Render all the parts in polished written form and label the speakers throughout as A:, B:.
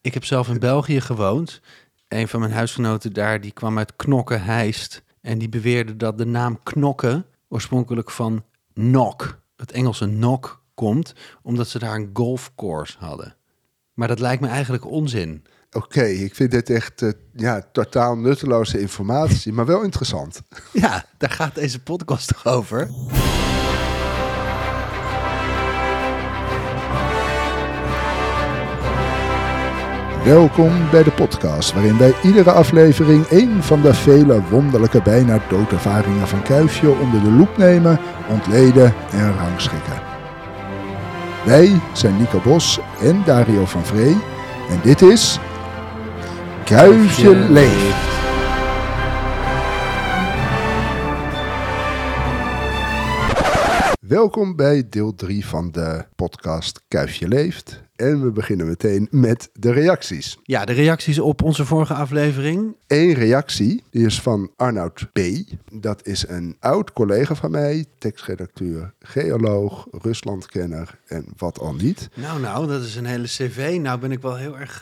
A: Ik heb zelf in België gewoond. Een van mijn huisgenoten daar, die kwam uit Knokke-Heist. En die beweerde dat de naam Knokke oorspronkelijk van knock, het Engelse knock, komt, omdat ze daar een golfcourse hadden. Maar dat lijkt me eigenlijk onzin.
B: Oké, ik vind dit echt totaal nutteloze informatie, maar wel interessant.
A: Ja, daar gaat deze podcast toch over?
C: Welkom bij de podcast waarin wij iedere aflevering één van de vele wonderlijke bijna doodervaringen van Kuifje onder de loep nemen, ontleden en rangschikken. Wij zijn Nico Bos en Dario van Vree en dit is Kuifje leeft. Welkom bij deel 3 van de podcast Kuifje leeft. En we beginnen meteen met de reacties.
A: Ja, de reacties op onze vorige aflevering.
B: Eén reactie, die is van Arnoud B. Dat is een oud collega van mij, tekstredacteur, geoloog, Ruslandkenner en wat al niet.
A: Nou, dat is een hele cv. Nou ben ik wel heel erg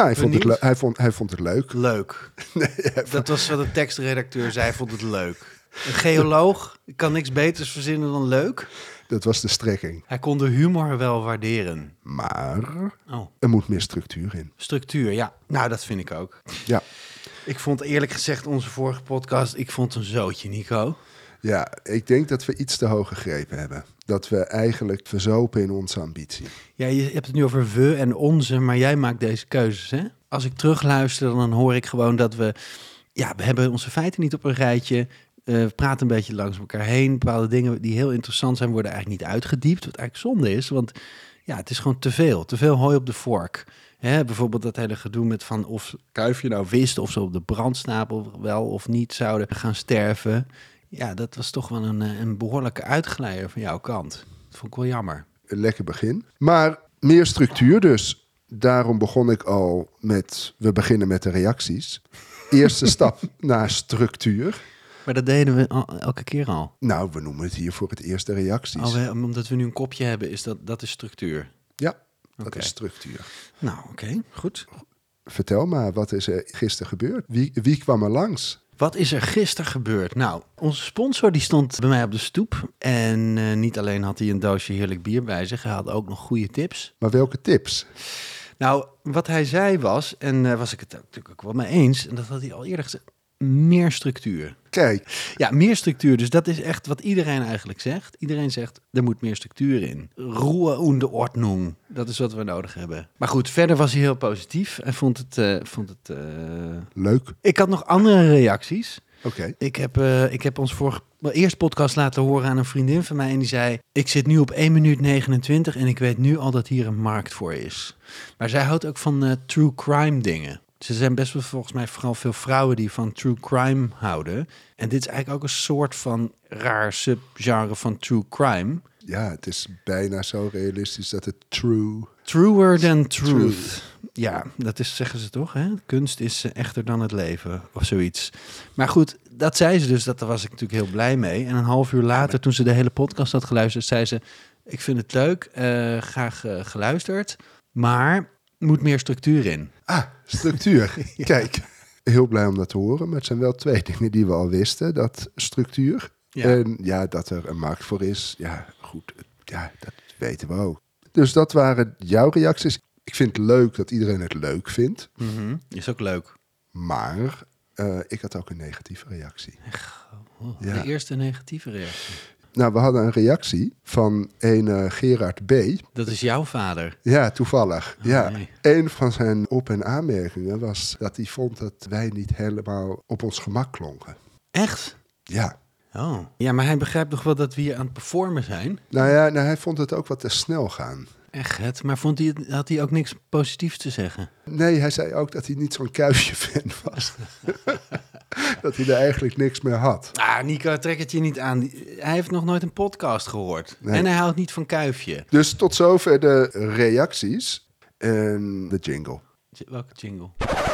B: Hij vond het leuk.
A: Leuk. Dat was wat de tekstredacteur zei, vond het leuk. Een geoloog kan niks beters verzinnen dan leuk.
B: Dat was de strekking.
A: Hij kon de humor wel waarderen.
B: Maar er moet meer structuur in.
A: Structuur, ja. Nou, dat vind ik ook.
B: Ja.
A: Ik vond eerlijk gezegd onze vorige podcast, ik vond een zootje, Nico.
B: Ja, ik denk dat we iets te hoog gegrepen hebben. Dat we eigenlijk verzopen in onze ambitie.
A: Ja, je hebt het nu over we en onze, maar jij maakt deze keuzes, hè? Als ik terugluister, dan hoor ik gewoon dat we hebben onze feiten niet op een rijtje. We praten een beetje langs elkaar heen. Bepaalde dingen die heel interessant zijn, worden eigenlijk niet uitgediept. Wat eigenlijk zonde is, want ja, het is gewoon te veel. Te veel hooi op de vork. Hè, bijvoorbeeld dat hele gedoe met van of Kuifje nou wist of ze op de brandstapel wel of niet zouden gaan sterven. Ja, dat was toch wel een behoorlijke uitglijder van jouw kant. Dat vond ik wel jammer.
B: Een lekker begin. Maar meer structuur dus. Daarom begon ik al met, we beginnen met de reacties. Eerste stap naar structuur.
A: Maar dat deden we elke keer al.
B: Nou, we noemen het hier voor het eerst de reacties.
A: Omdat we nu een kopje hebben, is dat is structuur.
B: Ja, dat is structuur.
A: Nou, oké, goed.
B: Vertel maar, wat is er gisteren gebeurd? Wie kwam er langs?
A: Wat is er gisteren gebeurd? Nou, onze sponsor die stond bij mij op de stoep. En niet alleen had hij een doosje heerlijk bier bij zich, hij had ook nog goede tips.
B: Maar welke tips?
A: Nou, wat hij zei was, en was ik het natuurlijk ook wel mee eens, en dat had hij al eerder gezegd, meer structuur.
B: Kijk.
A: Ja, meer structuur. Dus dat is echt wat iedereen eigenlijk zegt. Iedereen zegt, er moet meer structuur in. Ruhe und Ordnung. Dat is wat we nodig hebben. Maar goed, verder was hij heel positief. Hij vond het
B: leuk.
A: Ik had nog andere reacties.
B: Oké.
A: Ik heb ons eerste podcast laten horen aan een vriendin van mij. En die zei, ik zit nu op 1 minuut 29 en ik weet nu al dat hier een markt voor is. Maar zij houdt ook van true crime dingen. Er zijn best wel volgens mij vooral veel vrouwen die van true crime houden. En dit is eigenlijk ook een soort van raar subgenre van true crime.
B: Ja, het is bijna zo realistisch dat het
A: Truer than truth. Ja, dat is, zeggen ze toch, hè? Kunst is echter dan het leven, of zoiets. Maar goed, dat zei ze dus, daar was ik natuurlijk heel blij mee. En een half uur later, toen ze de hele podcast had geluisterd, zei ze, ik vind het leuk, graag geluisterd, maar moet meer structuur in.
B: Ah, structuur. Ja. Kijk, heel blij om dat te horen. Maar het zijn wel 2 dingen die we al wisten. Dat structuur en dat er een markt voor is. Ja, goed. Ja, dat weten we ook. Dus dat waren jouw reacties. Ik vind het leuk dat iedereen het leuk vindt.
A: Mm-hmm. Is ook leuk.
B: Maar ik had ook een negatieve reactie.
A: De eerste negatieve reactie.
B: Nou, we hadden een reactie van een Gerard B.
A: Dat is jouw vader?
B: Ja, toevallig. Ja.
A: Nee.
B: Een van zijn op- en aanmerkingen was dat hij vond dat wij niet helemaal op ons gemak klonken.
A: Echt?
B: Ja.
A: Oh. Ja, maar hij begrijpt nog wel dat we hier aan het performen zijn?
B: Nou ja, hij vond het ook wat te snel gaan.
A: Echt? Maar had hij ook niks positiefs te zeggen?
B: Nee, hij zei ook dat hij niet zo'n Kuifje-fan was. Dat hij er eigenlijk niks meer had.
A: Ah, Nico, trek het je niet aan. Hij heeft nog nooit een podcast gehoord. Nee. En hij houdt niet van Kuifje.
B: Dus tot zover de reacties en de jingle.
A: Welke jingle?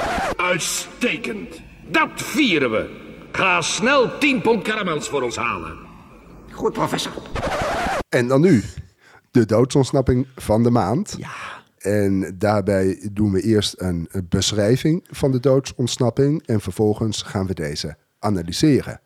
D: Uitstekend. Dat vieren we. Ga snel 10 pond karamels voor ons halen.
E: Goed, professor.
B: En dan nu, de doodsontsnapping van de maand.
A: Ja.
B: En daarbij doen we eerst een beschrijving van de doodsontsnapping en vervolgens gaan we deze analyseren.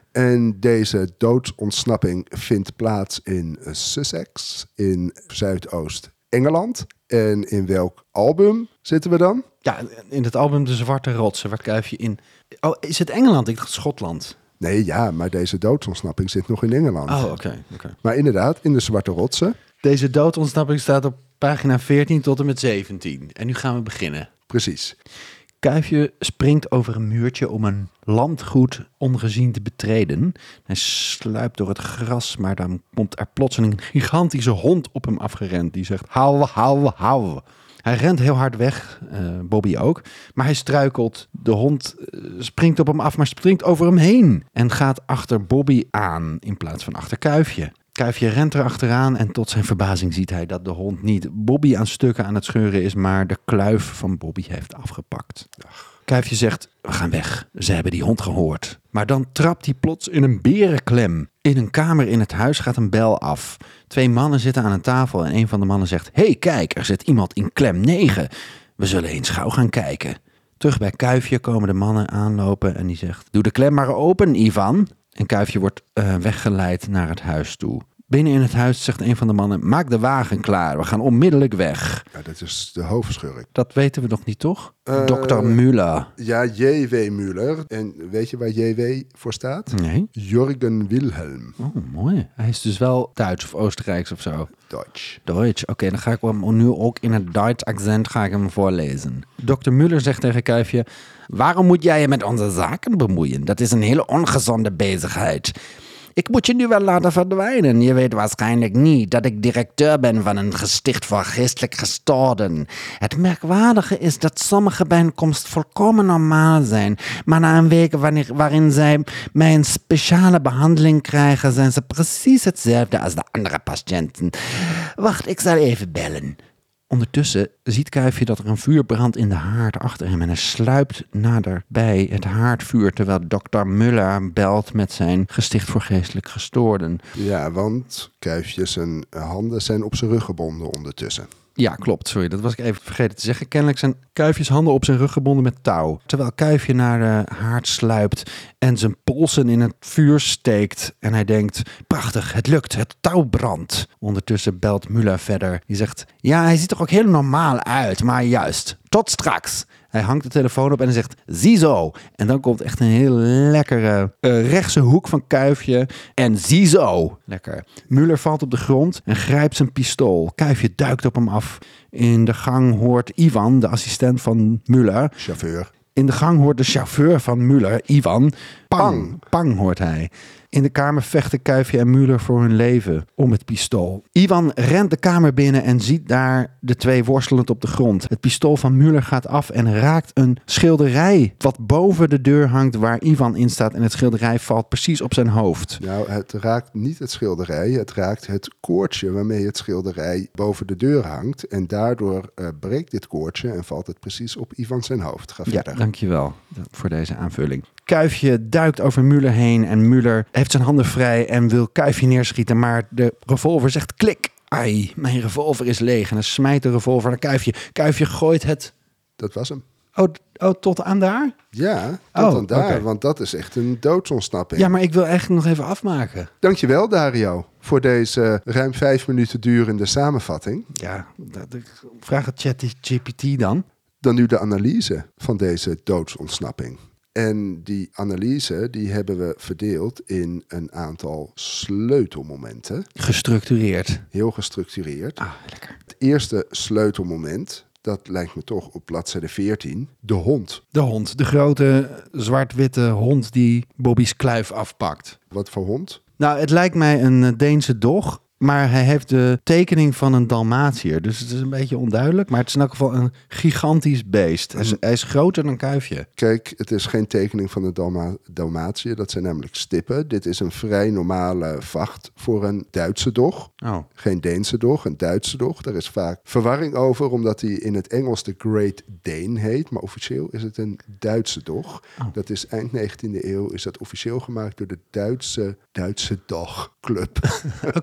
B: En deze doodsontsnapping vindt plaats in Sussex, in Zuidoost-Engeland. En in welk album zitten we dan?
A: Ja, in het album De Zwarte Rotsen, waar Kuifje in... Oh, is het Engeland? Ik dacht Schotland.
B: Nee, ja, maar deze doodsontsnapping zit nog in Engeland.
A: Oh, oké.
B: Maar inderdaad, in de Zwarte Rotsen.
A: Deze doodsontsnapping staat op pagina 14 tot en met 17. En nu gaan we beginnen.
B: Precies.
A: Kuifje springt over een muurtje om een landgoed ongezien te betreden. Hij sluipt door het gras, maar dan komt er plotseling een gigantische hond op hem afgerend. Die zegt, hou, hou, hou. Hij rent heel hard weg, Bobby ook. Maar hij struikelt. De hond springt op hem af, maar springt over hem heen. En gaat achter Bobby aan in plaats van achter Kuifje. Kuifje rent er achteraan en tot zijn verbazing ziet hij dat de hond niet Bobby aan stukken aan het scheuren is, maar de kluif van Bobby heeft afgepakt. Kuifje zegt, we gaan weg. Ze hebben die hond gehoord. Maar dan trapt hij plots in een berenklem. In een kamer in het huis gaat een bel af. 2 mannen zitten aan een tafel en een van de mannen zegt, hey, kijk, er zit iemand in klem 9. We zullen eens gauw gaan kijken. Terug bij Kuifje komen de mannen aanlopen en die zegt, doe de klem maar open, Ivan. En Kuifje wordt weggeleid naar het huis toe. Binnen in het huis zegt een van de mannen, maak de wagen klaar, we gaan onmiddellijk weg.
B: Ja, dat is de hoofdschurk.
A: Dat weten we nog niet, toch? Dr. Müller.
B: Ja, J.W. Müller. En weet je waar J.W. voor staat?
A: Nee.
B: Jürgen Wilhelm.
A: Oh, mooi. Hij is dus wel Duits of Oostenrijks of zo.
B: Deutsch.
A: Oké, dan ga ik hem nu ook in het Duits accent hem voorlezen. Dr. Müller zegt tegen Kuifje, waarom moet jij je met onze zaken bemoeien? Dat is een hele ongezonde bezigheid. Ik moet je nu wel laten verdwijnen. Je weet waarschijnlijk niet dat ik directeur ben van een gesticht voor geestelijk gestoorden. Het merkwaardige is dat sommige bijeenkomsten volkomen normaal zijn. Maar na een week waarin zij mij een speciale behandeling krijgen, zijn ze precies hetzelfde als de andere patiënten. Wacht, ik zal even bellen. Ondertussen ziet Kuifje dat er een vuur brandt in de haard achter hem en hij sluipt nader bij het haardvuur terwijl dokter Müller belt met zijn gesticht voor geestelijk gestoorden.
B: Ja, want Kuifje zijn handen zijn op zijn rug gebonden ondertussen.
A: Ja, klopt. Sorry, dat was ik even vergeten te zeggen. Kennelijk zijn Kuifjes handen op zijn rug gebonden met touw. Terwijl Kuifje naar de haard sluipt en zijn polsen in het vuur steekt. En hij denkt, prachtig, het lukt, het touw brandt. Ondertussen belt Müller verder. Die zegt, ja, hij ziet er ook heel normaal uit, maar juist, tot straks. Hij hangt de telefoon op en hij zegt, ziezo. En dan komt echt een heel lekkere rechtse hoek van Kuifje. En ziezo. Lekker. Müller valt op de grond en grijpt zijn pistool. Kuifje duikt op hem af. In de gang hoort Ivan, de assistent van Müller.
B: Chauffeur.
A: In de gang hoort de chauffeur van Müller, Ivan. Pang, pang hoort hij. In de kamer vechten Kuifje en Müller voor hun leven om het pistool. Ivan rent de kamer binnen en ziet daar de 2 worstelend op de grond. Het pistool van Müller gaat af en raakt een schilderij wat boven de deur hangt waar Ivan in staat. En het schilderij valt precies op zijn hoofd.
B: Nou, het raakt niet het schilderij. Het raakt het koordje waarmee het schilderij boven de deur hangt. En daardoor breekt dit koordje en valt het precies op Ivan zijn hoofd. Ga verder.
A: Ja, dankjewel voor deze aanvulling. Kuifje duikt over Müller heen en Müller heeft zijn handen vrij en wil Kuifje neerschieten, maar de revolver zegt klik. Ai, mijn revolver is leeg en hij smijt de revolver naar Kuifje. Kuifje gooit het...
B: Dat was hem.
A: Oh, tot aan daar?
B: Ja, tot aan daar,
A: okay.
B: Want dat is echt een doodsontsnapping.
A: Ja, maar ik wil eigenlijk nog even afmaken.
B: Dankjewel, Dario, voor deze ruim 5 minuten durende samenvatting.
A: Ja, ik vraag het ChatGPT dan.
B: Dan nu de analyse van deze doodsontsnapping. En die analyse die hebben we verdeeld in een aantal sleutelmomenten.
A: Gestructureerd.
B: Heel gestructureerd.
A: Ah, lekker.
B: Het eerste sleutelmoment, dat lijkt me toch op bladzijde 14, de hond.
A: De hond, de grote zwart-witte hond die Bobby's kluif afpakt.
B: Wat voor hond?
A: Nou, het lijkt mij een Deense dog. Maar hij heeft de tekening van een Dalmatiër. Dus het is een beetje onduidelijk. Maar het is in elk geval een gigantisch beest. Hij is groter dan Kuifje.
B: Kijk, het is geen tekening van een Dalmatiër. Dat zijn namelijk stippen. Dit is een vrij normale vacht voor een Duitse dog.
A: Oh.
B: Geen Deense dog, een Duitse dog. Daar is vaak verwarring over, omdat hij in het Engels de Great Dane heet. Maar officieel is het een Duitse dog.
A: Oh.
B: Dat is eind 19e eeuw. Is dat officieel gemaakt door de Duitse Dogclub.
A: Oké.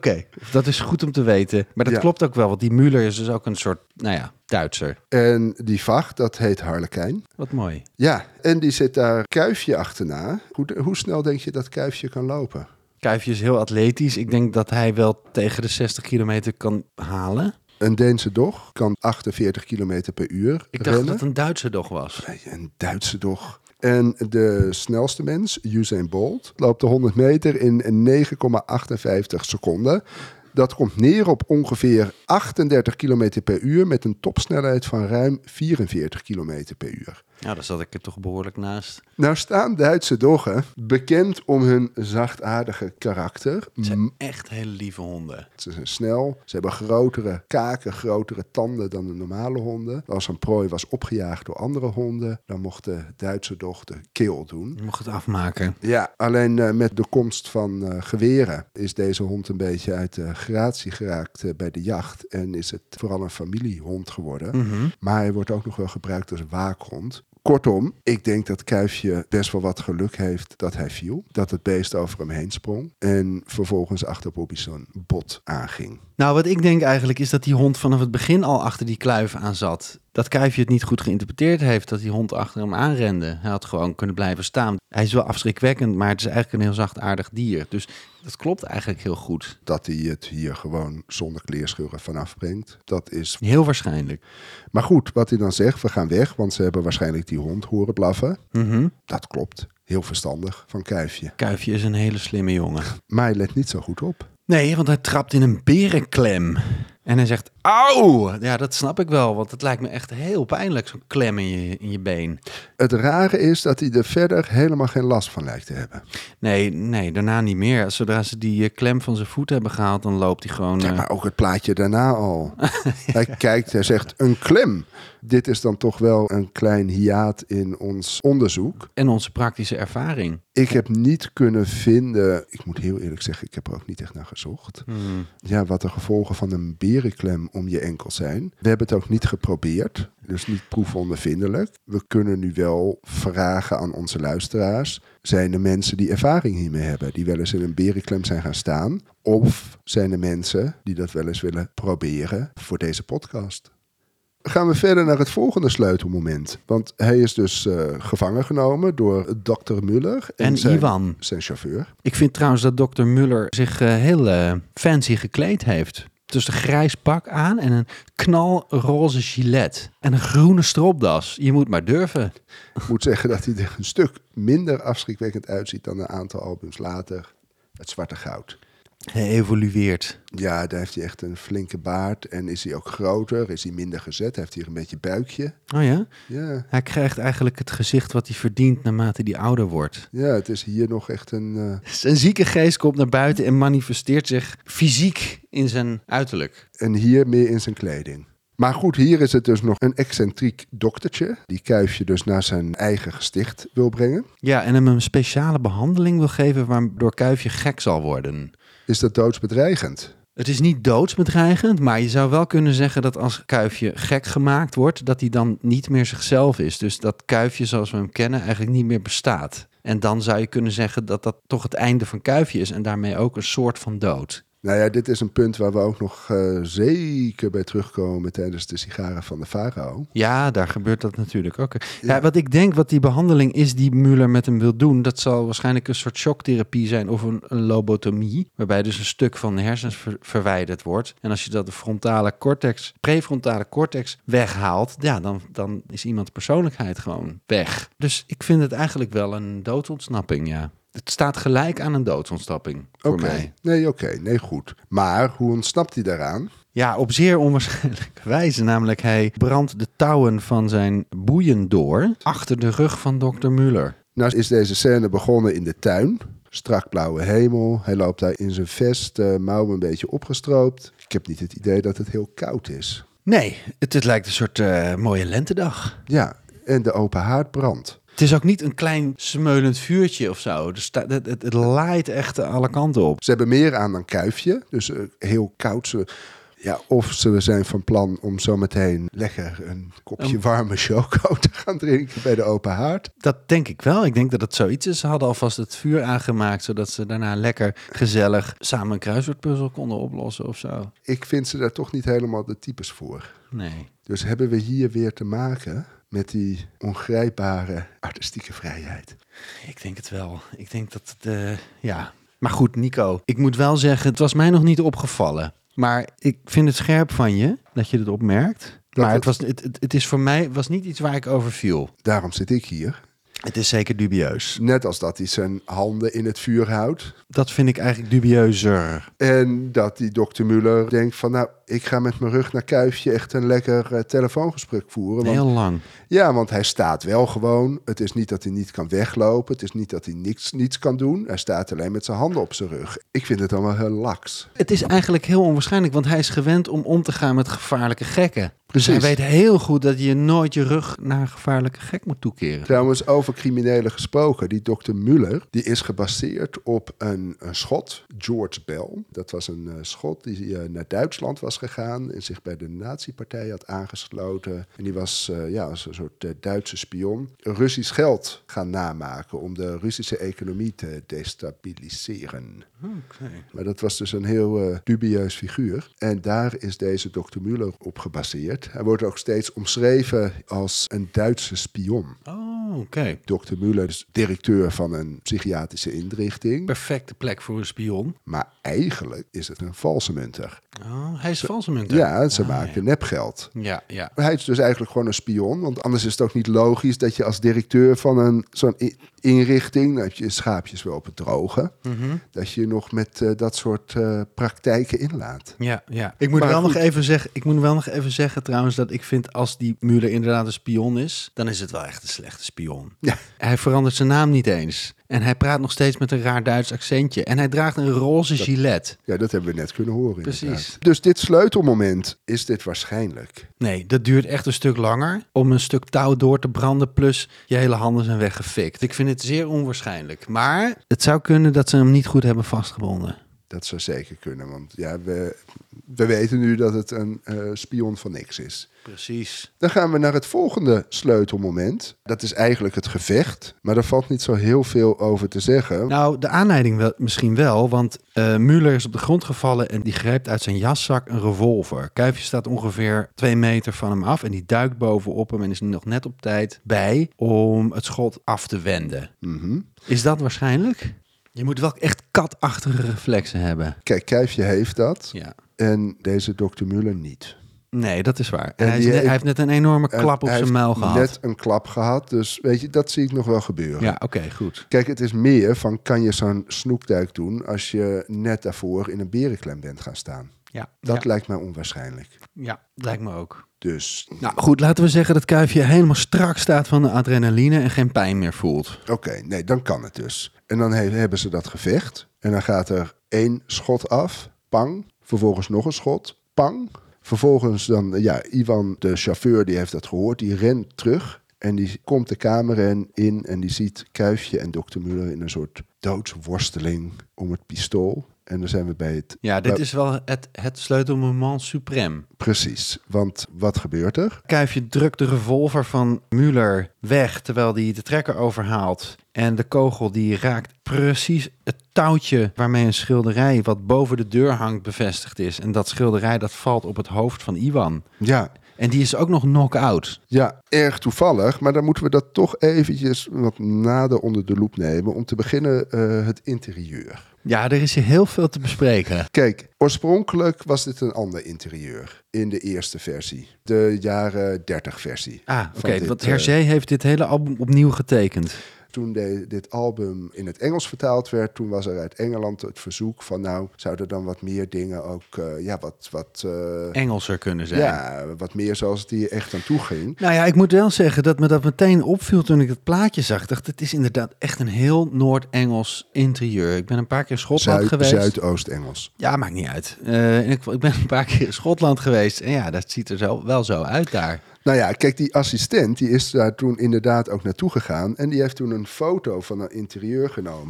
A: Dat is goed om te weten. Maar dat klopt ook wel, want die Müller is dus ook een soort, Duitser.
B: En die vacht, dat heet Harlekijn.
A: Wat mooi.
B: Ja, en die zit daar Kuifje achterna. Hoe snel denk je dat Kuifje kan lopen?
A: Kuifje is heel atletisch. Ik denk dat hij wel tegen de 60 kilometer kan halen.
B: Een Deense dog kan 48 kilometer per uur
A: Ik dacht
B: rennen.
A: dat het een Duitse dog was.
B: Nee, een Duitse dog. En de snelste mens, Usain Bolt, loopt de 100 meter in 9,58 seconden. Dat komt neer op ongeveer 38 kilometer per uur met een topsnelheid van ruim 44 kilometer per uur.
A: Ja, daar zat ik er toch behoorlijk naast.
B: Nou staan Duitse doggen bekend om hun zachtaardige karakter.
A: Het zijn echt hele lieve honden.
B: Ze zijn snel, ze hebben grotere kaken, grotere tanden dan de normale honden. Als een prooi was opgejaagd door andere honden, dan mocht de Duitse dog de keel doen.
A: Je mocht het afmaken.
B: Ja, alleen met de komst van geweren is deze hond een beetje uit de gratie geraakt bij de jacht. En is het vooral een familiehond geworden.
A: Mm-hmm.
B: Maar hij wordt ook nog wel gebruikt als waakhond. Kortom, ik denk dat Kuifje best wel wat geluk heeft dat hij viel. Dat het beest over hem heen sprong. En vervolgens achter Bobby zijn bot aanging.
A: Nou, wat ik denk eigenlijk is dat die hond vanaf het begin al achter die kluif aan zat. Dat Kuifje het niet goed geïnterpreteerd heeft dat die hond achter hem aanrende. Hij had gewoon kunnen blijven staan. Hij is wel afschrikwekkend, maar het is eigenlijk een heel zachtaardig dier. Dus dat klopt eigenlijk heel goed.
B: Dat hij het hier gewoon zonder kleerscheuren vanaf brengt. Dat is...
A: Heel waarschijnlijk.
B: Maar goed, wat hij dan zegt, we gaan weg. Want ze hebben waarschijnlijk die hond horen blaffen.
A: Mm-hmm.
B: Dat klopt. Heel verstandig van Kuifje.
A: Kuifje is een hele slimme jongen.
B: Maar hij let niet zo goed op.
A: Nee, want hij trapt in een berenklem. En hij zegt, auw! Ja, dat snap ik wel, want het lijkt me echt heel pijnlijk, zo'n klem in je been.
B: Het rare is dat hij er verder helemaal geen last van lijkt te hebben.
A: Nee, daarna niet meer. Zodra ze die klem van zijn voet hebben gehaald, dan loopt hij gewoon...
B: Ja, maar ook het plaatje daarna al. Hij kijkt, hij zegt, een klem. Dit is dan toch wel een klein hiaat in ons onderzoek.
A: En onze praktische ervaring.
B: Ik heb niet kunnen vinden, ik moet heel eerlijk zeggen, ik heb er ook niet echt naar gezocht. Ja, wat de gevolgen van een berenklem om je enkel zijn. We hebben het ook niet geprobeerd, dus niet proefondervindelijk. We kunnen nu wel vragen aan onze luisteraars. Zijn er mensen die ervaring hiermee hebben, die wel eens in een berenklem zijn gaan staan? Of zijn er mensen die dat wel eens willen proberen voor deze podcast? Gaan we verder naar het volgende sleutelmoment. Want hij is dus gevangen genomen door dokter Müller
A: En Iwan.
B: Zijn chauffeur.
A: Ik vind trouwens dat dokter Müller zich heel fancy gekleed heeft. Dus een grijs pak aan en een knalroze gilet. En een groene stropdas. Je moet maar durven.
B: Ik moet zeggen dat hij er een stuk minder afschrikwekkend uitziet dan een aantal albums later. Het Zwarte Goud.
A: Hij evolueert.
B: Ja, daar heeft hij echt een flinke baard. En is hij ook groter, is hij minder gezet. Hij heeft hier een beetje buikje.
A: Oh ja?
B: Ja,
A: Hij krijgt eigenlijk het gezicht wat hij verdient naarmate hij ouder wordt.
B: ja, het is hier nog echt een...
A: Zijn zieke geest komt naar buiten en manifesteert zich fysiek in zijn uiterlijk.
B: En hier meer in zijn kleding. Maar goed, hier is het dus nog een excentriek doktertje. Die Kuifje dus naar zijn eigen gesticht wil brengen.
A: Ja, en hem een speciale behandeling wil geven waardoor Kuifje gek zal worden.
B: Is dat doodsbedreigend?
A: Het is niet doodsbedreigend, maar je zou wel kunnen zeggen dat als Kuifje gek gemaakt wordt, dat hij dan niet meer zichzelf is. Dus dat Kuifje zoals we hem kennen eigenlijk niet meer bestaat. En dan zou je kunnen zeggen dat dat toch het einde van Kuifje is en daarmee ook een soort van dood.
B: Nou ja, dit is een punt waar we ook nog zeker bij terugkomen tijdens de sigaren van de farao.
A: Ja, daar gebeurt dat natuurlijk ook. Ja, wat ik denk, wat die behandeling is die Müller met hem wil doen, dat zal waarschijnlijk een soort shocktherapie zijn of een lobotomie, waarbij dus een stuk van de hersens verwijderd wordt. En als je dat de prefrontale cortex weghaalt, ja, dan is iemands persoonlijkheid gewoon weg. Dus ik vind het eigenlijk wel een doodsontsnapping, ja. Het staat gelijk aan een doodsontsnapping voor mij.
B: Nee, goed. Maar hoe ontsnapt hij daaraan?
A: Ja, op zeer onwaarschijnlijke wijze. Namelijk, hij brandt de touwen van zijn boeien door achter de rug van dokter Müller.
B: Nou is deze scène begonnen in de tuin. Strak blauwe hemel. Hij loopt daar in zijn vest, mouwen een beetje opgestroopt. Ik heb niet het idee dat het heel koud is.
A: Nee, het lijkt een soort mooie lentedag.
B: Ja, en de open haard brandt.
A: Het is ook niet een klein smeulend vuurtje of zo. Dus het laait echt alle kanten op.
B: Ze hebben meer aan dan Kuifje. Dus heel koud. Ja, of ze zijn van plan om zometeen lekker een kopje warme choco te gaan drinken bij de open haard.
A: Dat denk ik wel. Ik denk dat het zoiets is. Ze hadden alvast het vuur aangemaakt, zodat ze daarna lekker gezellig samen een kruiswoordpuzzel konden oplossen of zo.
B: Ik vind ze daar toch niet helemaal de types voor.
A: Nee.
B: Dus hebben we hier weer te maken met die ongrijpbare artistieke vrijheid.
A: Ik denk het wel. Ik denk dat het, ja. Maar goed, Nico, ik moet wel zeggen, het was mij nog niet opgevallen. Maar ik vind het scherp van je dat je het opmerkt. Maar het is voor mij was niet iets waar ik over viel.
B: Daarom zit ik hier.
A: Het is zeker dubieus.
B: Net als dat hij zijn handen in het vuur houdt.
A: Dat vind ik eigenlijk dubieuzer.
B: En dat die dokter Muller denkt van nou, ik ga met mijn rug naar Kuifje echt een lekker telefoongesprek voeren. Want,
A: heel lang.
B: Ja, want hij staat wel gewoon. Het is niet dat hij niet kan weglopen. Het is niet dat hij niets kan doen. Hij staat alleen met zijn handen op zijn rug. Ik vind het allemaal heel laks.
A: Het is eigenlijk heel onwaarschijnlijk, want hij is gewend om te gaan met gevaarlijke gekken.
B: Precies.
A: Dus hij weet heel goed dat je nooit je rug naar een gevaarlijke gek moet toekeren.
B: Trouwens, over criminelen gesproken. Die dokter Muller, die is gebaseerd op een Schot, George Bell. Dat was een Schot die naar Duitsland was gegaan en zich bij de nazi-partij had aangesloten. En die was als een soort Duitse spion Russisch geld gaan namaken om de Russische economie te destabiliseren.
A: Okay.
B: Maar dat was dus een heel dubieus figuur. En daar is deze dokter Muller op gebaseerd. Hij wordt ook steeds omschreven als een Duitse spion.
A: Oh, oké.
B: Dokter Muller is directeur van een psychiatrische inrichting.
A: Perfecte plek voor een spion.
B: Maar eigenlijk is het een valsemunter.
A: Oh, hij is valsemunter.
B: Ja, ze maken nepgeld.
A: Ja.
B: Hij is dus eigenlijk gewoon een spion. Want anders is het ook niet logisch dat je als directeur van zo'n inrichting, dan heb je schaapjes wel op het droge, dat je nog met dat soort praktijken inlaat.
A: Ja. Ik moet wel nog even zeggen trouwens dat ik vind als die Muller inderdaad een spion is, dan is het wel echt een slechte spion.
B: Ja.
A: Hij verandert zijn naam niet eens. En hij praat nog steeds met een raar Duits accentje. En hij draagt een roze gilet.
B: Ja, dat hebben we net kunnen horen.
A: Precies.
B: Inderdaad. Dus dit sleutelmoment, is dit waarschijnlijk?
A: Nee, dat duurt echt een stuk langer om een stuk touw door te branden. Plus je hele handen zijn weggefikt. Ik vind het zeer onwaarschijnlijk. Maar het zou kunnen dat ze hem niet goed hebben vastgebonden.
B: Dat zou zeker kunnen, want ja, we weten nu dat het een spion van niks is.
A: Precies.
B: Dan gaan we naar het volgende sleutelmoment. Dat is eigenlijk het gevecht, maar daar valt niet zo heel veel over te zeggen.
A: Nou, de aanleiding misschien wel, want Muller is op de grond gevallen en die grijpt uit zijn jaszak een revolver. Kuifje staat ongeveer 2 meter van hem af en die duikt bovenop hem en is er nog net op tijd bij om het schot af te wenden.
B: Mm-hmm.
A: Is dat waarschijnlijk? Je moet wel echt katachtige reflexen hebben.
B: Kijk, Kuifje heeft dat
A: en
B: deze dokter Muller niet.
A: Nee, dat is waar. En hij heeft net een enorme klap op zijn muil gehad.
B: Hij heeft net een klap gehad, dus weet je, dat zie ik nog wel gebeuren.
A: Ja, oké, goed.
B: Kijk, het is meer van, kan je zo'n snoekduik doen als je net daarvoor in een berenklem bent gaan staan?
A: Ja.
B: Dat lijkt mij onwaarschijnlijk.
A: Ja, lijkt me ook.
B: Dus.
A: Nou goed, laten we zeggen dat Kuifje helemaal strak staat van de adrenaline en geen pijn meer voelt.
B: Oké, nee, dan kan het dus. En dan hebben ze dat gevecht. En dan gaat er 1 schot af, pang. Vervolgens nog een schot, pang. Vervolgens dan, Ivan, de chauffeur, die heeft dat gehoord. Die rent terug en die komt de kamer in en die ziet Kuifje en dokter Muller in een soort doodsworsteling om het pistool. En dan zijn we bij het...
A: Ja, dit is wel het sleutelmoment suprême.
B: Precies, want wat gebeurt er?
A: Kuifje drukt de revolver van Muller weg, terwijl hij de trekker overhaalt. En de kogel die raakt precies het touwtje waarmee een schilderij wat boven de deur hangt bevestigd is. En dat schilderij dat valt op het hoofd van Ivan.
B: Ja.
A: En die is ook nog knock-out.
B: Ja, erg toevallig. Maar dan moeten we dat toch eventjes wat nader onder de loep nemen. Om te beginnen het interieur.
A: Ja, er is hier heel veel te bespreken.
B: Kijk, oorspronkelijk was dit een ander interieur in de eerste versie. De jaren 30 versie.
A: Ah, oké. Want Hergé heeft dit hele album opnieuw getekend.
B: Toen dit album in het Engels vertaald werd, toen was er uit Engeland het verzoek van, nou, zouden dan wat meer dingen ook, wat
A: Engelser kunnen zijn.
B: Ja, wat meer zoals het hier echt aan toe ging.
A: Nou ja, ik moet wel zeggen dat me dat meteen opviel toen ik het plaatje zag. Ik dacht, het is inderdaad echt een heel Noord-Engels interieur. Ik ben een paar keer in Schotland geweest.
B: Zuidoost-Engels.
A: Ja, maakt niet uit. Ik ben een paar keer in Schotland geweest. En ja, dat ziet er wel zo uit daar.
B: Nou ja, kijk, die assistent die is daar toen inderdaad ook naartoe gegaan. En die heeft toen een foto van een interieur genomen.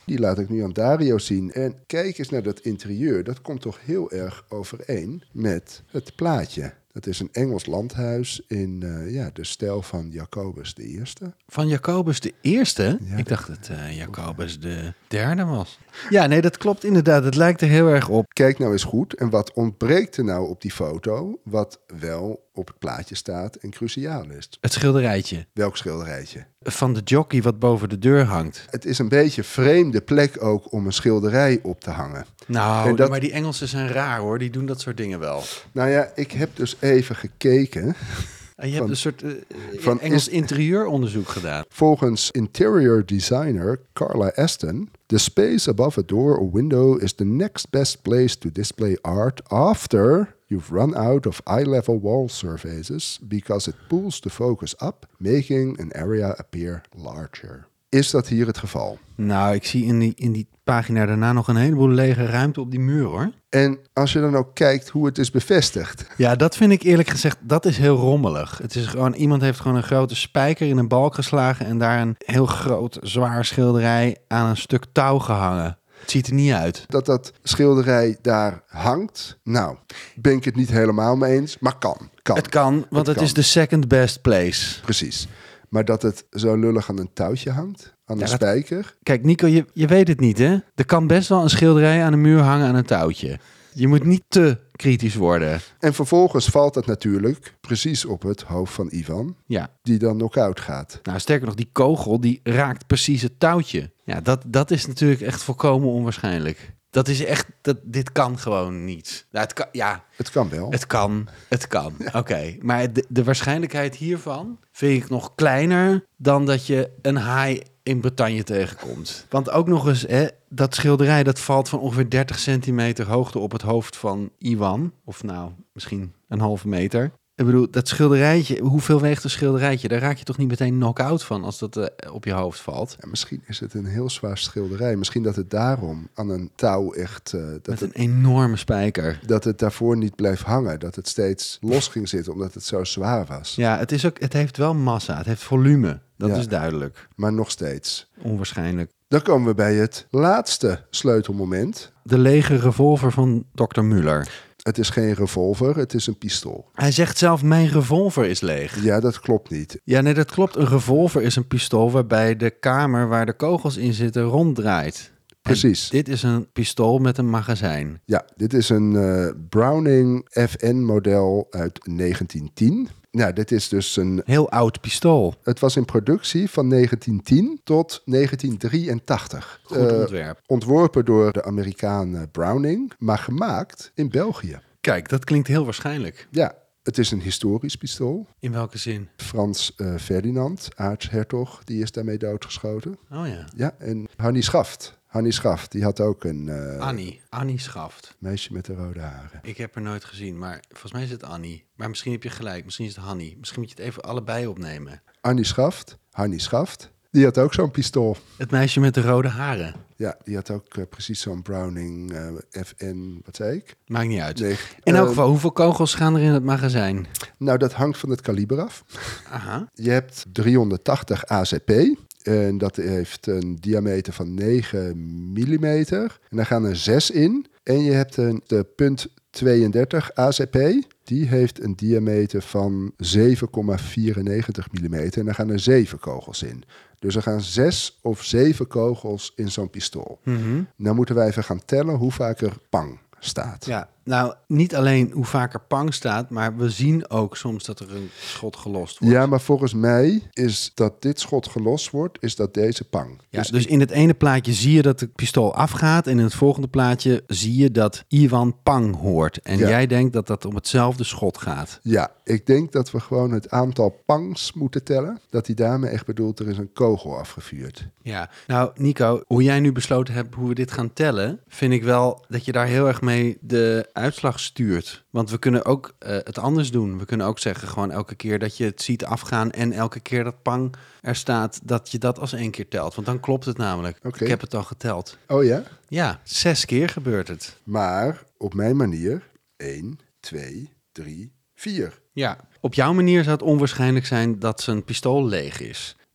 B: Die laat ik nu aan Dario zien. En kijk eens naar dat interieur. Dat komt toch heel erg overeen met het plaatje. Het is een Engels landhuis in de stijl van Jacobus I.
A: Van Jacobus de Eerste?
B: Ja.
A: Ik dacht dat Jacobus de Derde was. Ja, nee, dat klopt inderdaad. Het lijkt er heel erg op.
B: Kijk nou eens goed. En wat ontbreekt er nou op die foto? Wat wel op het plaatje staat en cruciaal is.
A: Het schilderijtje
B: Welk schilderijtje?
A: van de jockey wat boven de deur hangt.
B: Het is een beetje een vreemde plek ook om een schilderij op te hangen.
A: Nou,
B: En dat-
A: maar die Engelsen zijn raar hoor. Die doen dat soort dingen wel.
B: Nou ja, ik heb dus even gekeken.
A: En je hebt
B: Van-
A: een soort
B: van
A: Engels
B: is-
A: interieuronderzoek gedaan.
B: Volgens interior designer Carla Aston, the space above a door or window is the next best place to display art after you've run out of eye-level wall surfaces because it pulls the focus up, making an area appear larger. Is dat hier het geval?
A: Nou, ik zie in die pagina daarna nog een heleboel lege ruimte op die muur hoor.
B: En als je dan ook kijkt hoe het is bevestigd.
A: Ja, dat vind ik eerlijk gezegd, dat is heel rommelig. Het is gewoon, iemand heeft gewoon een grote spijker in een balk geslagen en daar een heel groot zwaar schilderij aan een stuk touw gehangen. Het ziet er niet uit.
B: Dat schilderij daar hangt. Nou, ben ik het niet helemaal mee eens, maar kan.
A: Het kan, want het
B: kan.
A: is de second best place.
B: Precies. Maar dat het zo lullig aan een touwtje hangt, aan een
A: dat-
B: spijker.
A: Kijk, Nico, je weet het niet, hè? Er kan best wel een schilderij aan de muur hangen aan een touwtje. Je moet niet te kritisch worden.
B: En vervolgens valt het natuurlijk precies op het hoofd van Ivan,
A: Ja,
B: die dan knock-out gaat.
A: nou sterker nog, die kogel die raakt precies het touwtje. Ja, dat is natuurlijk echt volkomen onwaarschijnlijk. Dat is echt, dit kan gewoon niet. Nou, het kan, ja,
B: Het kan wel.
A: het kan. Oké, maar de waarschijnlijkheid hiervan vind ik nog kleiner dan dat je een haai in Bretagne tegenkomt. Want ook nog eens, dat schilderij dat valt van ongeveer 30 centimeter hoogte op het hoofd van Iwan. Of nou, misschien een halve meter. Ik bedoel, dat schilderijtje, hoeveel weegt een schilderijtje? Daar raak je toch niet meteen knock-out van als dat op je hoofd valt?
B: Ja, misschien is het een heel zwaar schilderij. Misschien dat het daarom aan een touw echt...
A: Met een enorme spijker.
B: dat het daarvoor niet blijft hangen. Dat het steeds los ging zitten, omdat het zo zwaar was.
A: Ja, het heeft wel massa, het heeft volume. Dat
B: Ja.
A: is duidelijk.
B: Maar nog steeds.
A: Onwaarschijnlijk.
B: Dan komen we bij het laatste sleutelmoment.
A: De lege revolver van Dr. Muller.
B: Het is geen revolver, het is een pistool.
A: Hij zegt zelf, mijn revolver is leeg.
B: Ja, dat klopt niet.
A: Ja, nee, dat klopt. Een revolver is een pistool waarbij de kamer waar de kogels in zitten ronddraait.
B: Precies.
A: En dit is een pistool met een magazijn.
B: Ja, dit is een Browning FN-model uit 1910. Nou, dit is dus een...
A: Heel oud pistool.
B: Het was in productie van 1910 tot 1983.
A: Goed ontwerp.
B: Ontworpen door de Amerikaan Browning, maar gemaakt in België.
A: Kijk, dat klinkt heel waarschijnlijk.
B: Ja, het is een historisch pistool.
A: In welke zin?
B: Frans Ferdinand, aartshertog, die is daarmee doodgeschoten.
A: Oh ja.
B: Ja, en Hannie Schaft, die had ook een
A: Annie Schaft.
B: meisje met de rode haren.
A: Ik heb haar nooit gezien, maar volgens mij is het Annie. Maar misschien heb je gelijk, misschien is het Hannie. Misschien moet je het even allebei opnemen.
B: Hannie Schaft, die had ook zo'n pistool.
A: Het meisje met de rode haren.
B: Ja, die had ook precies zo'n Browning FN, wat zei ik?
A: Maakt niet uit.
B: Nee.
A: In elk geval, hoeveel kogels gaan er in het magazijn?
B: Nou, dat hangt van het kaliber af.
A: Aha.
B: Je hebt 380 ACP. En dat heeft een diameter van 9 mm. En daar gaan er 6 in. En je hebt de .32 ACP. Die heeft een diameter van 7,94 mm. En daar gaan er 7 kogels in. Dus er gaan 6 of 7 kogels in zo'n pistool. Nou moeten wij even gaan tellen hoe vaak er pang staat.
A: Ja, nou, niet alleen hoe vaker pang staat, maar we zien ook soms dat er een schot gelost wordt.
B: Ja, maar volgens mij is dat dit schot gelost wordt, is dat deze pang.
A: Ja, dus in het ene plaatje zie je dat het pistool afgaat en in het volgende plaatje zie je dat Ivan pang hoort. En
B: Ja.
A: jij denkt dat dat om hetzelfde schot gaat.
B: Ja, ik denk dat we gewoon het aantal pangs moeten tellen. Dat die dame echt bedoelt, er is een kogel afgevuurd.
A: Ja, nou Nico, hoe jij nu besloten hebt hoe we dit gaan tellen, vind ik wel dat je daar heel erg mee de uitslag stuurt. Want we kunnen ook het anders doen. We kunnen ook zeggen gewoon elke keer dat je het ziet afgaan en elke keer dat pang er staat, dat je dat als 1 keer telt. Want dan klopt het namelijk.
B: Oké.
A: Ik heb het al geteld.
B: Oh ja?
A: Ja, 6 keer gebeurt het.
B: Maar op mijn manier 1, 2, 3, 4.
A: Ja, op jouw manier zou het onwaarschijnlijk zijn dat zijn pistool leeg is.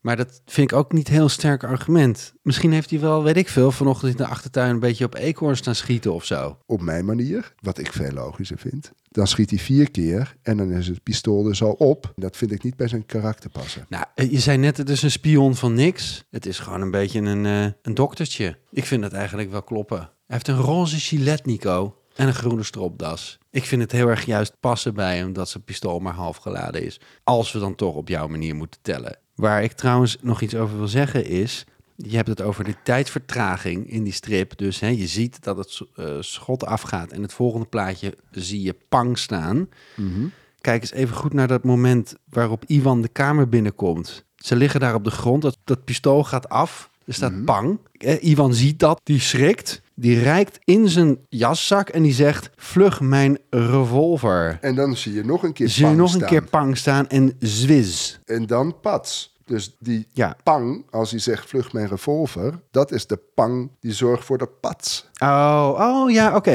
A: Maar dat vind ik ook niet een heel sterk argument. Misschien heeft hij wel, weet ik veel, vanochtend in de achtertuin een beetje op eekhoorns staan schieten of zo.
B: Op mijn manier, wat ik veel logischer vind. Dan schiet hij 4 keer en dan is het pistool dus al op. Dat vind ik niet bij zijn karakter passen.
A: Nou, je zei net, het is een spion van niks. Het is gewoon een beetje een doktertje. Ik vind het eigenlijk wel kloppen. Hij heeft een roze gilet, Nico. En een groene stropdas. Ik vind het heel erg juist passen bij hem dat zijn pistool maar half geladen is. Als we dan toch op jouw manier moeten tellen. Waar ik trouwens nog iets over wil zeggen is... Je hebt het over de tijdvertraging in die strip. Dus je ziet dat het schot afgaat. En het volgende plaatje zie je pang staan.
B: Mm-hmm.
A: Kijk eens even goed naar dat moment waarop Iwan de kamer binnenkomt. Ze liggen daar op de grond. Dat pistool gaat af. Er staat pang. Iwan ziet dat. Die schrikt. Die reikt in zijn jaszak en die zegt... Vlug mijn revolver.
B: En dan zie je nog een keer
A: zie je nog een keer pang staan en zwiz.
B: En dan pats. Dus die
A: Ja.
B: pang, als hij zegt vlug mijn revolver... dat is de pang die zorgt voor de pats.
A: Oh, ja, oké.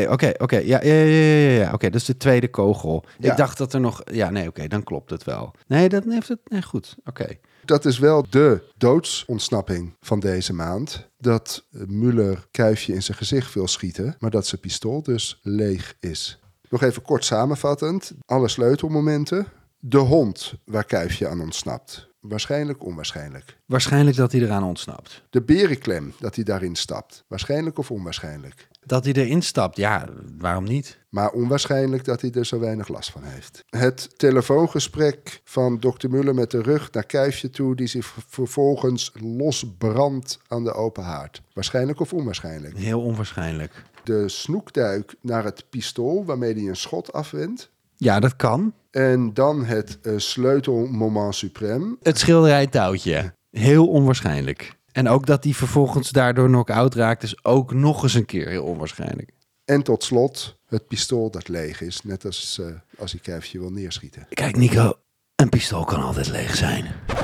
A: Ja, oké, dat is de tweede kogel.
B: Ja.
A: Ik dacht dat er nog... Ja, nee, oké, dan klopt het wel. Nee, dat heeft het... Nee, goed, oké.
B: Dat is wel de doodsontsnapping van deze maand. Dat Muller Kuifje in zijn gezicht wil schieten... maar dat zijn pistool dus leeg is. Nog even kort samenvattend. Alle sleutelmomenten. De hond waar Kuifje aan ontsnapt. Waarschijnlijk onwaarschijnlijk.
A: Waarschijnlijk dat hij eraan ontsnapt.
B: De berenklem dat hij daarin stapt. Waarschijnlijk of onwaarschijnlijk.
A: Dat hij erin stapt, ja, waarom niet?
B: Maar onwaarschijnlijk dat hij er zo weinig last van heeft. Het telefoongesprek van dokter Muller met de rug naar Kuifje toe... die zich vervolgens losbrandt aan de open haard. Waarschijnlijk of onwaarschijnlijk.
A: Heel onwaarschijnlijk.
B: De snoekduik naar het pistool waarmee hij een schot afwendt.
A: Ja, dat kan.
B: En dan het sleutelmoment suprême.
A: Het schilderijtouwtje. Heel onwaarschijnlijk. En ook dat hij vervolgens daardoor knock-out raakt... is ook nog eens een keer heel onwaarschijnlijk.
B: En tot slot het pistool dat leeg is. Net als hij Kuifje wil neerschieten.
A: Kijk, Nico, een pistool kan altijd leeg zijn.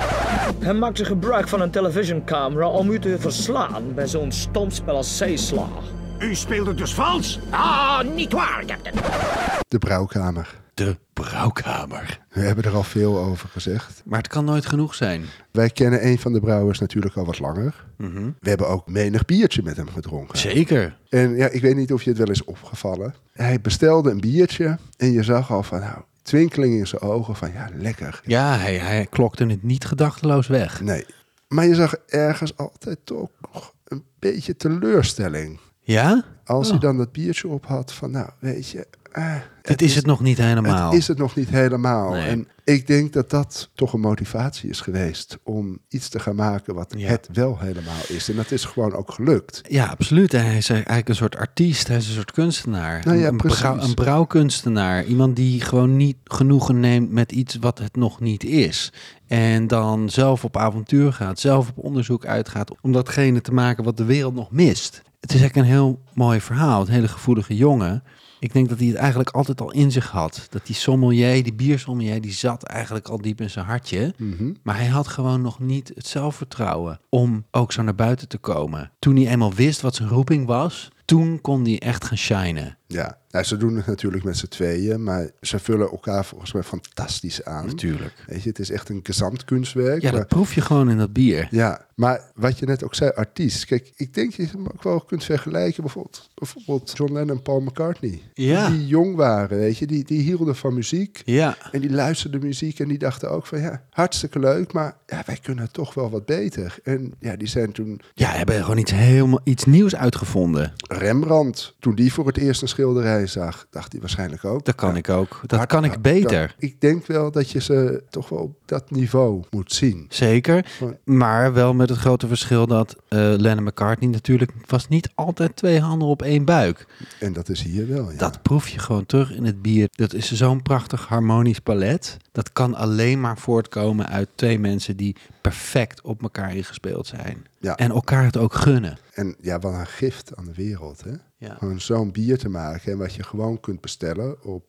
E: Hij maakte gebruik van een televisiecamera om u te verslaan bij zo'n stomspel als zeeslag.
D: U speelde dus vals? Ah, niet waar, captain.
B: De brouwkamer.
A: De brouwkamer.
B: We hebben er al veel over gezegd.
A: Maar het kan nooit genoeg zijn.
B: Wij kennen een van de brouwers natuurlijk al wat langer.
A: Mm-hmm.
B: We hebben ook menig biertje met hem gedronken.
A: Zeker.
B: En ja, ik weet niet of je het wel is opgevallen. Hij bestelde een biertje en je zag al van twinkeling in zijn ogen van ja, lekker.
A: Ja, hij klokte het niet gedachteloos weg.
B: Nee, maar je zag ergens altijd toch nog een beetje teleurstelling.
A: Ja?
B: Als hij dan dat biertje op had van weet je...
A: Het is het nog niet helemaal.
B: Het is het nog niet helemaal.
A: Nee.
B: En ik denk dat dat toch een motivatie is geweest om iets te gaan maken wat het wel helemaal is. En dat is gewoon ook gelukt.
A: Ja, absoluut. En hij is eigenlijk een soort artiest. Hij is een soort kunstenaar.
B: Nou ja,
A: een brouwkunstenaar. Iemand die gewoon niet genoegen neemt met iets wat het nog niet is. En dan zelf op avontuur gaat. Zelf op onderzoek uitgaat. Om datgene te maken wat de wereld nog mist. Het is eigenlijk een heel mooi verhaal. Een hele gevoelige jongen. Ik denk dat hij het eigenlijk altijd al in zich had. Dat die sommelier, die biersommelier, die zat eigenlijk al diep in zijn hartje.
B: Mm-hmm.
A: Maar hij had gewoon nog niet het zelfvertrouwen om ook zo naar buiten te komen. Toen hij eenmaal wist wat zijn roeping was, toen kon hij echt gaan shinen.
B: Ja, ze doen het natuurlijk met z'n tweeën, maar ze vullen elkaar volgens mij fantastisch aan.
A: Natuurlijk.
B: Weet je, het is echt een gezamtkunstwerk.
A: Ja, dat proef je gewoon in dat bier.
B: Ja, maar wat je net ook zei, artiest. Kijk, ik denk dat je hem ook wel kunt vergelijken. Bijvoorbeeld John Lennon en Paul McCartney.
A: Ja.
B: Die jong waren, weet je. Die hielden van muziek.
A: Ja.
B: En die luisterden muziek en die dachten ook van hartstikke leuk. Maar wij kunnen toch wel wat beter. En die zijn toen...
A: Ja, hebben gewoon iets nieuws uitgevonden.
B: Rembrandt, toen die voor het eerst een schilderij zag, dacht hij waarschijnlijk ook.
A: Dat kan ik ook. Dat kan ik beter.
B: Ik denk wel dat je ze toch wel op dat niveau moet zien.
A: Zeker, maar wel met het grote verschil dat Lennon McCartney natuurlijk was niet altijd 2 handen op 1 buik.
B: En dat is hier wel, ja.
A: Dat proef je gewoon terug in het bier. Dat is zo'n prachtig harmonisch palet. Dat kan alleen maar voortkomen uit 2 mensen die perfect op elkaar ingespeeld zijn.
B: Ja.
A: En elkaar het ook gunnen.
B: En wat een gift aan de wereld, hè?
A: Ja.
B: Gewoon zo'n bier te maken en wat je gewoon kunt bestellen op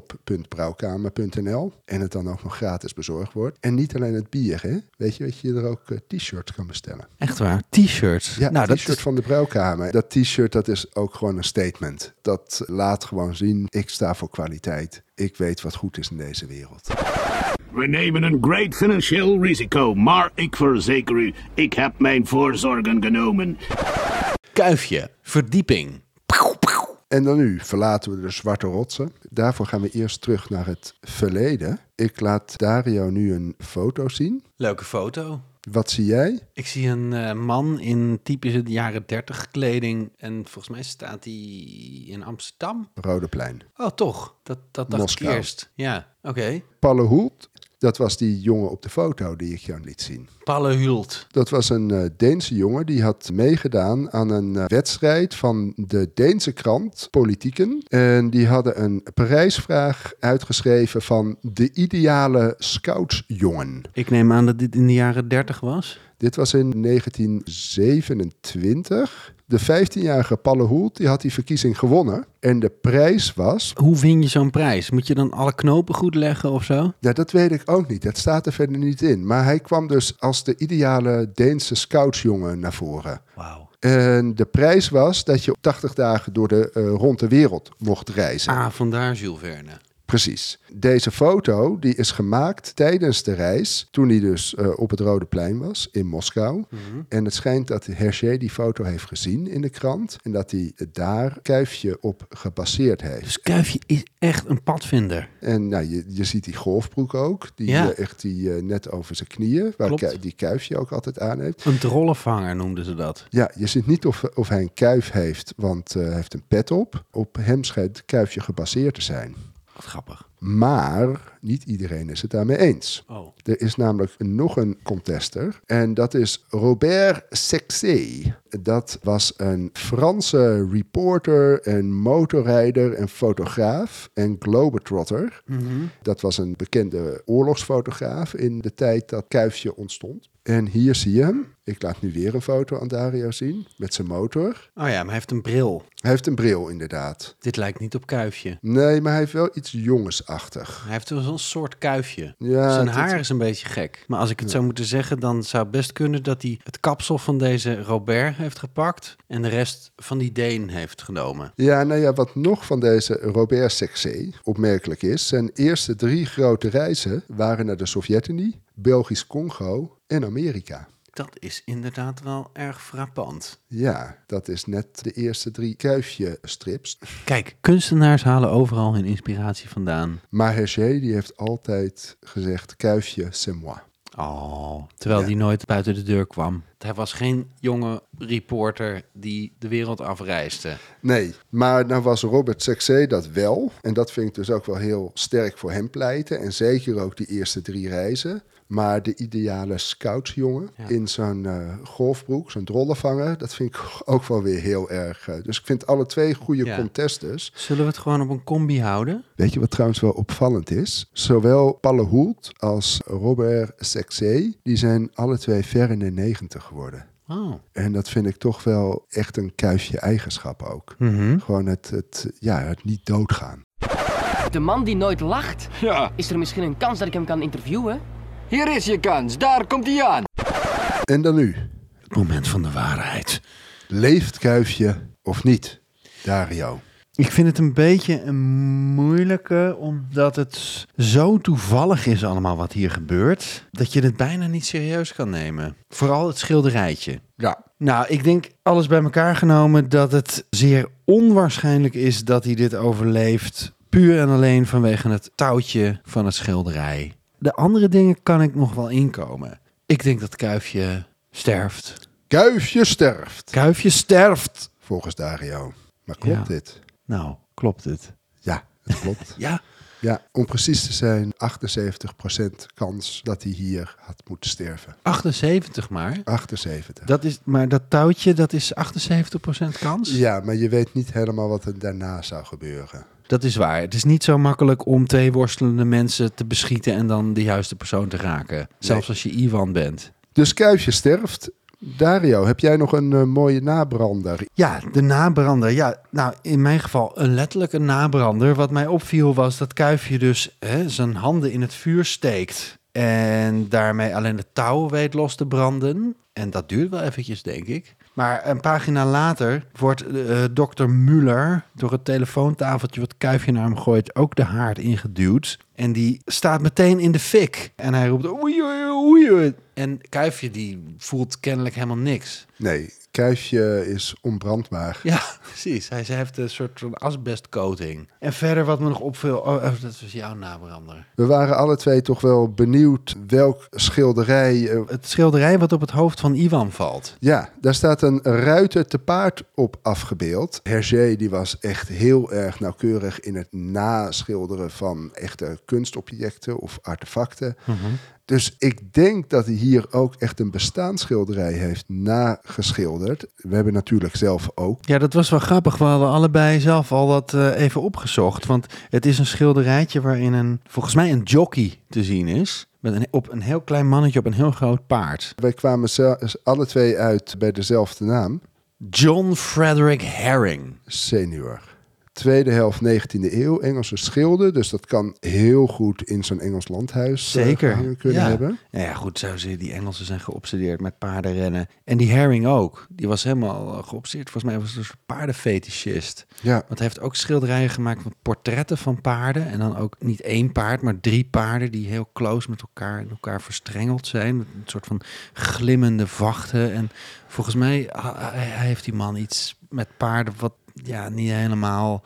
B: shop.brouwkamer.nl en het dan ook nog gratis bezorgd wordt. En niet alleen het bier, hè? Weet je dat je er ook t-shirts kan bestellen?
A: Echt waar? T-shirts?
B: Ja,
A: nou,
B: een t-shirt van de Brouwkamer. Dat t-shirt, dat is ook gewoon een statement. Dat laat gewoon zien, ik sta voor kwaliteit. Ik weet wat goed is in deze wereld.
D: We nemen een great financieel risico, maar ik verzeker u, ik heb mijn voorzorgen genomen.
A: Kuifje, verdieping.
B: En dan nu verlaten we de zwarte rotsen. Daarvoor gaan we eerst terug naar het verleden. Ik laat Dario nu een foto zien.
A: Leuke foto.
B: Wat zie jij?
A: Ik zie een man in typische jaren 30 kleding. En volgens mij staat hij in Amsterdam.
B: Rodeplein.
A: Oh, toch? Dat dacht
B: Moskou.
A: ik eerst. Ja, oké.
B: Palle Hoelt, dat was die jongen op de foto die ik jou liet zien.
A: Palle Hult.
B: Dat was een Deense jongen die had meegedaan aan een wedstrijd van de Deense krant Politieken. En die hadden een prijsvraag uitgeschreven van de ideale scoutsjongen.
A: Ik neem aan dat dit in de jaren 30 was.
B: Dit was in 1927. De 15-jarige Palle Hoelt die had die verkiezing gewonnen. En de prijs was...
A: Hoe win je zo'n prijs? Moet je dan alle knopen goed leggen of zo?
B: Ja, dat weet ik ook niet. Dat staat er verder niet in. Maar hij kwam dus als de ideale Deense scoutsjongen naar voren.
A: Wauw.
B: En de prijs was dat je 80 dagen rond de wereld mocht reizen.
A: Ah, vandaar Jules Verne.
B: Precies. Deze foto die is gemaakt tijdens de reis, toen hij dus op het Rode Plein was in Moskou. Mm-hmm. En het schijnt dat Hergé die foto heeft gezien in de krant en dat hij daar Kuifje op gebaseerd heeft.
A: Dus Kuifje is echt een padvinder.
B: En nou, je ziet die golfbroek ook, die net over zijn knieën, waar die Kuifje ook altijd aan heeft.
A: Een drollenvanger noemden ze dat.
B: Ja, je ziet niet of hij een kuif heeft, want hij heeft een pet op. Op hem schijnt Kuifje gebaseerd te zijn.
A: Wat grappig.
B: Maar niet iedereen is het daarmee eens.
A: Oh.
B: Er is namelijk nog een contester. En dat is Robert Sexay. Dat was een Franse reporter en motorrijder en fotograaf en globetrotter. Mm-hmm. Dat was een bekende oorlogsfotograaf in de tijd dat Kuifje ontstond. En hier zie je hem. Ik laat nu weer een foto aan Dario zien met zijn motor.
A: Oh ja, maar hij heeft een bril.
B: Hij heeft een bril, inderdaad.
A: Dit lijkt niet op Kuifje.
B: Nee, maar hij heeft wel iets jongensachtig.
A: Hij heeft wel zo'n soort kuifje.
B: Ja,
A: zijn haar is een beetje gek. Maar als ik het zou moeten zeggen, dan zou het best kunnen dat hij het kapsel van deze Robert heeft gepakt en de rest van die Deen heeft genomen.
B: Ja, nou ja, wat nog van deze Robert Sexay opmerkelijk is, zijn eerste 3 grote reizen waren naar de Sovjet-Unie, Belgisch Congo en Amerika.
A: Dat is inderdaad wel erg frappant.
B: Ja, dat is net de eerste 3 Kuifje-strips.
A: Kijk, kunstenaars halen overal hun inspiratie vandaan.
B: Maar Hergé die heeft altijd gezegd, Kuifje, c'est moi.
A: Oh, terwijl die nooit buiten de deur kwam. Hij was geen jonge reporter die de wereld afreisde.
B: Nee, maar nou was Robert Sexay dat wel. En dat vind ik dus ook wel heel sterk voor hem pleiten. En zeker ook die eerste 3 reizen. Maar de ideale scoutsjongen in zo'n golfbroek, zo'n drollenvanger, dat vind ik ook wel weer heel erg. Dus ik vind alle 2 goede contesters.
A: Zullen we het gewoon op een combi houden?
B: Weet je wat trouwens wel opvallend is? Zowel Palle Hoelt als Robert Sexay, die zijn alle 2 ver in de 90 geworden.
A: Oh.
B: En dat vind ik toch wel echt een Kuifje eigenschap ook.
A: Mm-hmm.
B: Gewoon het niet doodgaan.
F: De man die nooit lacht.
G: Ja.
F: Is er misschien een kans dat ik hem kan interviewen?
G: Hier is je kans, daar komt hij aan.
B: En dan nu.
A: Het moment van de waarheid.
B: Leeft Kuifje of niet? Dario.
A: Ik vind het een beetje een moeilijke, omdat het zo toevallig is allemaal wat hier gebeurt, dat je het bijna niet serieus kan nemen. Vooral het schilderijtje.
B: Ja.
A: Nou, ik denk alles bij elkaar genomen dat het zeer onwaarschijnlijk is dat hij dit overleeft, puur en alleen vanwege het touwtje van het schilderij. De andere dingen kan ik nog wel inkomen. Ik denk dat Kuifje sterft.
B: Kuifje sterft.
A: Kuifje sterft.
B: Volgens Dario. Maar klopt dit?
A: Nou, klopt het?
B: Ja, het klopt.
A: Ja.
B: Ja, om precies te zijn 78% kans dat hij hier had moeten sterven.
A: 78 maar?
B: 78.
A: Maar dat touwtje, dat is 78% kans?
B: Ja, maar je weet niet helemaal wat er daarna zou gebeuren.
A: Dat is waar. Het is niet zo makkelijk om 2 worstelende mensen te beschieten en dan de juiste persoon te raken. Zelfs als je Iwan bent.
B: Dus Kuifje sterft. Dario, heb jij nog een mooie nabrander?
A: Ja, de nabrander. Ja, nou, in mijn geval een letterlijke nabrander. Wat mij opviel was dat Kuifje dus zijn handen in het vuur steekt en daarmee alleen de touw weet los te branden. En dat duurt wel eventjes, denk ik. Maar een pagina later wordt dokter Muller door het telefoontafeltje wat Kuifje naar hem gooit ook de haard ingeduwd. En die staat meteen in de fik. En hij roept oei, oei, oei. En Kuifje die voelt kennelijk helemaal niks.
B: Nee, Kuifje is onbrandbaar.
A: Ja, precies. Hij heeft een soort van asbestcoating. En verder wat me nog opviel... Oh, dat was jouw nabrander.
B: We waren alle twee toch wel benieuwd welk schilderij...
A: Het schilderij wat op het hoofd van Iwan valt.
B: Ja, daar staat een ruiter te paard op afgebeeld. Hergé die was echt heel erg nauwkeurig in het naschilderen van echte kunstobjecten of artefacten. Mm-hmm. Dus ik denk dat hij hier ook echt een bestaansschilderij heeft nageschilderd. We hebben natuurlijk zelf ook.
A: Ja, dat was wel grappig. We hadden allebei zelf al dat even opgezocht. Want het is een schilderijtje waarin volgens mij een jockey te zien is. Op een heel klein mannetje op een heel groot paard.
B: Wij kwamen alle twee uit bij dezelfde naam.
A: John Frederick Herring.
B: Senior. Tweede helft 19e eeuw, Engelse schilder. Dus dat kan heel goed in zo'n Engels landhuis
A: zeker
B: kunnen hebben.
A: Ja, goed, die Engelsen zijn geobsedeerd met paardenrennen. En die Herring ook. Die was helemaal geobsedeerd. Volgens mij was hij een soort paardenfetischist.
B: Ja.
A: Want hij heeft ook schilderijen gemaakt van portretten van paarden. En dan ook niet 1 paard, maar 3 paarden die heel close met elkaar verstrengeld zijn. Met een soort van glimmende vachten. En volgens mij heeft die man iets met paarden wat niet helemaal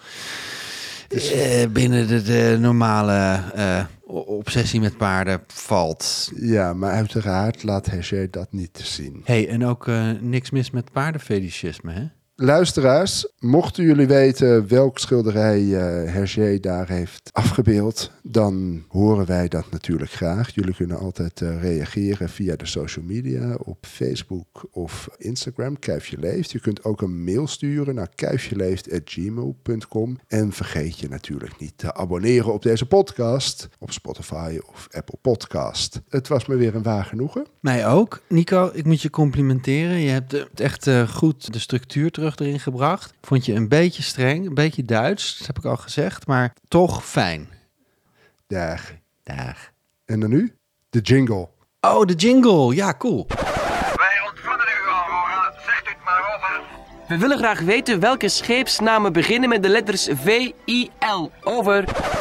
A: binnen de normale obsessie met paarden valt.
B: Ja, maar uiteraard laat Hergé dat niet zien.
A: En ook niks mis met paardenfetischisme, hè?
B: Luisteraars, mochten jullie weten welk schilderij Hergé daar heeft afgebeeld, dan horen wij dat natuurlijk graag. Jullie kunnen altijd reageren via de social media op Facebook of Instagram, Kuifje Leeft. Je kunt ook een mail sturen naar kuifjeleeft@gmail.com. En vergeet je natuurlijk niet te abonneren op deze podcast op Spotify of Apple Podcast. Het was me weer een waar genoegen.
A: Mij ook. Nico, ik moet je complimenteren. Je hebt echt goed de structuur terug erin gebracht. Vond je een beetje streng, een beetje Duits, dat heb ik al gezegd, maar toch fijn.
B: Dag.
C: En dan nu? De jingle.
A: Oh, de jingle. Ja, cool.
H: Wij ontvangen u, Aurora. Zegt u het maar over.
F: We willen graag weten welke scheepsnamen beginnen met de letters V-I-L. Over.